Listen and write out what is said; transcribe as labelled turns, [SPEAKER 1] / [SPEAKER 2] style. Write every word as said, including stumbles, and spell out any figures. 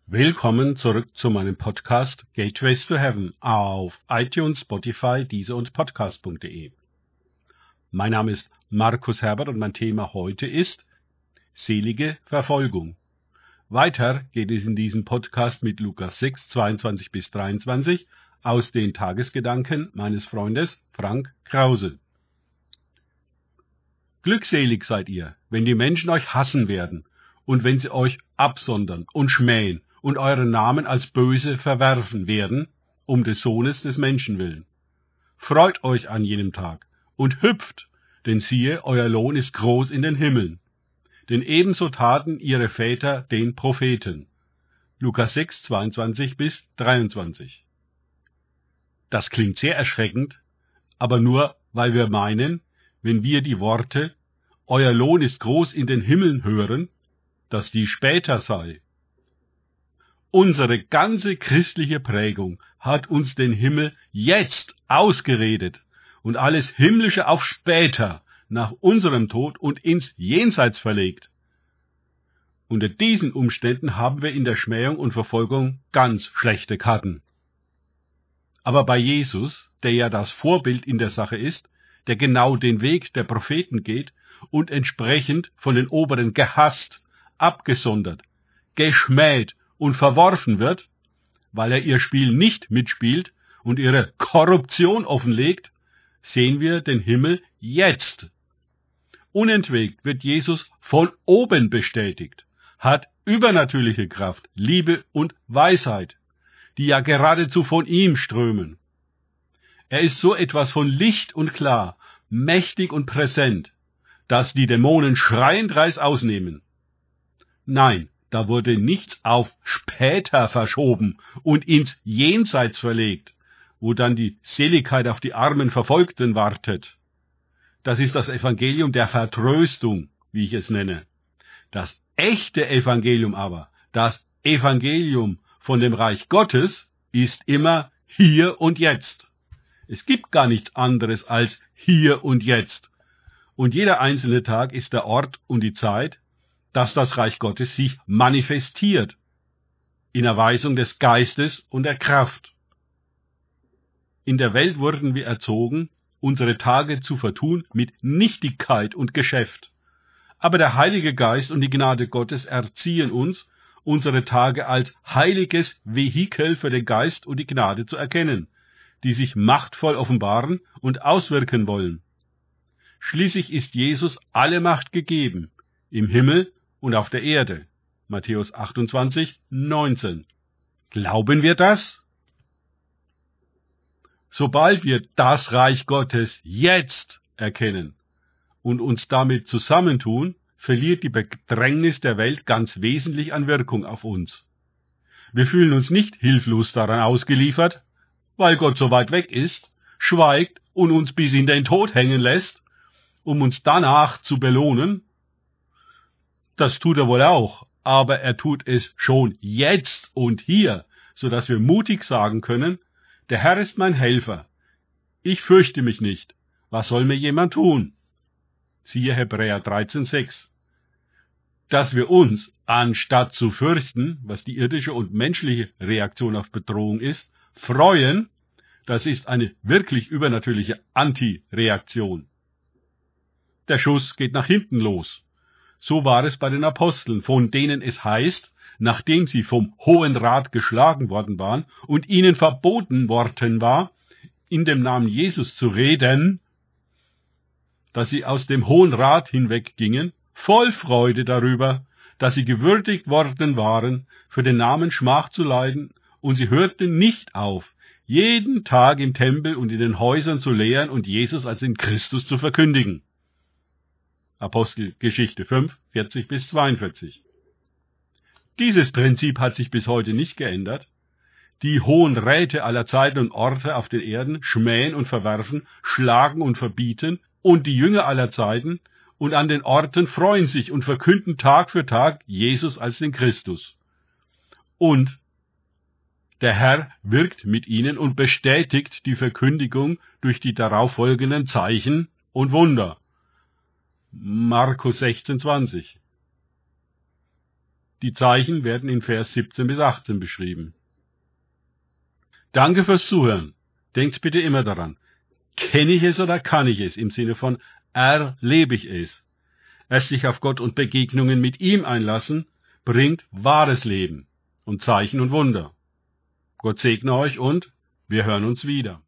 [SPEAKER 1] Willkommen zurück zu meinem Podcast Gateways to Heaven auf iTunes, Spotify, Deezer und Podcast punkt de. Mein Name ist Markus Herbert und mein Thema heute ist selige Verfolgung. Weiter geht es in diesem Podcast mit Lukas sechs, zweiundzwanzig bis dreiundzwanzig aus den Tagesgedanken meines Freundes Frank Krause. Glückselig seid ihr, wenn die Menschen euch hassen werden und wenn sie euch absondern und schmähen und euren Namen als böse verwerfen werden, um des Sohnes des Menschen willen. Freut euch an jenem Tag und hüpft, denn siehe, euer Lohn ist groß in den Himmeln. Denn ebenso taten ihre Väter den Propheten. Lukas sechs, zweiundzwanzig bis dreiundzwanzig. Das klingt sehr erschreckend, aber nur, weil wir meinen, wenn wir die Worte, euer Lohn ist groß in den Himmeln hören, dass die später sei. Unsere ganze christliche Prägung hat uns den Himmel jetzt ausgeredet und alles Himmlische auf später, nach unserem Tod und ins Jenseits verlegt. Unter diesen Umständen haben wir in der Schmähung und Verfolgung ganz schlechte Karten. Aber bei Jesus, der ja das Vorbild in der Sache ist, der genau den Weg der Propheten geht und entsprechend von den Oberen gehasst, abgesondert, geschmäht und verworfen wird, weil er ihr Spiel nicht mitspielt und ihre Korruption offenlegt, sehen wir den Himmel jetzt. Unentwegt wird Jesus von oben bestätigt, hat übernatürliche Kraft, Liebe und Weisheit, die ja geradezu von ihm strömen. Er ist so etwas von Licht und klar, mächtig und präsent, dass die Dämonen schreiend reißaus nehmen. Nein, da wurde nichts auf später verschoben und ins Jenseits verlegt, wo dann die Seligkeit auf die armen Verfolgten wartet. Das ist das Evangelium der Vertröstung, wie ich es nenne. Das echte Evangelium aber, das Evangelium von dem Reich Gottes, ist immer hier und jetzt. Es gibt gar nichts anderes als hier und jetzt. Und jeder einzelne Tag ist der Ort und die Zeit, dass das Reich Gottes sich manifestiert, in Erweisung des Geistes und der Kraft. In der Welt wurden wir erzogen, unsere Tage zu vertun mit Nichtigkeit und Geschäft. Aber der Heilige Geist und die Gnade Gottes erziehen uns, unsere Tage als heiliges Vehikel für den Geist und die Gnade zu erkennen, die sich machtvoll offenbaren und auswirken wollen. Schließlich ist Jesus alle Macht gegeben, im Himmel und auf der Erde. Matthäus achtundzwanzig, neunzehn. Glauben wir das? Sobald wir das Reich Gottes jetzt erkennen und uns damit zusammentun, verliert die Bedrängnis der Welt ganz wesentlich an Wirkung auf uns. Wir fühlen uns nicht hilflos daran ausgeliefert, weil Gott so weit weg ist, schweigt und uns bis in den Tod hängen lässt, um uns danach zu belohnen. Das tut er wohl auch, aber er tut es schon jetzt und hier, so dass wir mutig sagen können, der Herr ist mein Helfer. Ich fürchte mich nicht. Was soll mir jemand tun? Siehe Hebräer dreizehn, sechs. Dass wir uns, anstatt zu fürchten, was die irdische und menschliche Reaktion auf Bedrohung ist, freuen, das ist eine wirklich übernatürliche Antireaktion. Der Schuss geht nach hinten los. So war es bei den Aposteln, von denen es heißt, nachdem sie vom Hohen Rat geschlagen worden waren und ihnen verboten worden war, in dem Namen Jesus zu reden, dass sie aus dem Hohen Rat hinweggingen, voll Freude darüber, dass sie gewürdigt worden waren, für den Namen Schmach zu leiden, und sie hörten nicht auf, jeden Tag im Tempel und in den Häusern zu lehren und Jesus als den Christus zu verkündigen. Apostelgeschichte fünf, vierzig bis zweiundvierzig. Dieses Prinzip hat sich bis heute nicht geändert. Die hohen Räte aller Zeiten und Orte auf den Erden schmähen und verwerfen, schlagen und verbieten, und die Jünger aller Zeiten und an den Orten freuen sich und verkünden Tag für Tag Jesus als den Christus. Und der Herr wirkt mit ihnen und bestätigt die Verkündigung durch die darauffolgenden Zeichen und Wunder. Markus sechzehn, zwanzig. Die Zeichen werden in Vers siebzehn bis achtzehn beschrieben. Danke fürs Zuhören. Denkt bitte immer daran. Kenne ich es oder kann ich es? Im Sinne von erlebe ich es. Erst sich auf Gott und Begegnungen mit ihm einlassen, bringt wahres Leben und Zeichen und Wunder. Gott segne euch und wir hören uns wieder.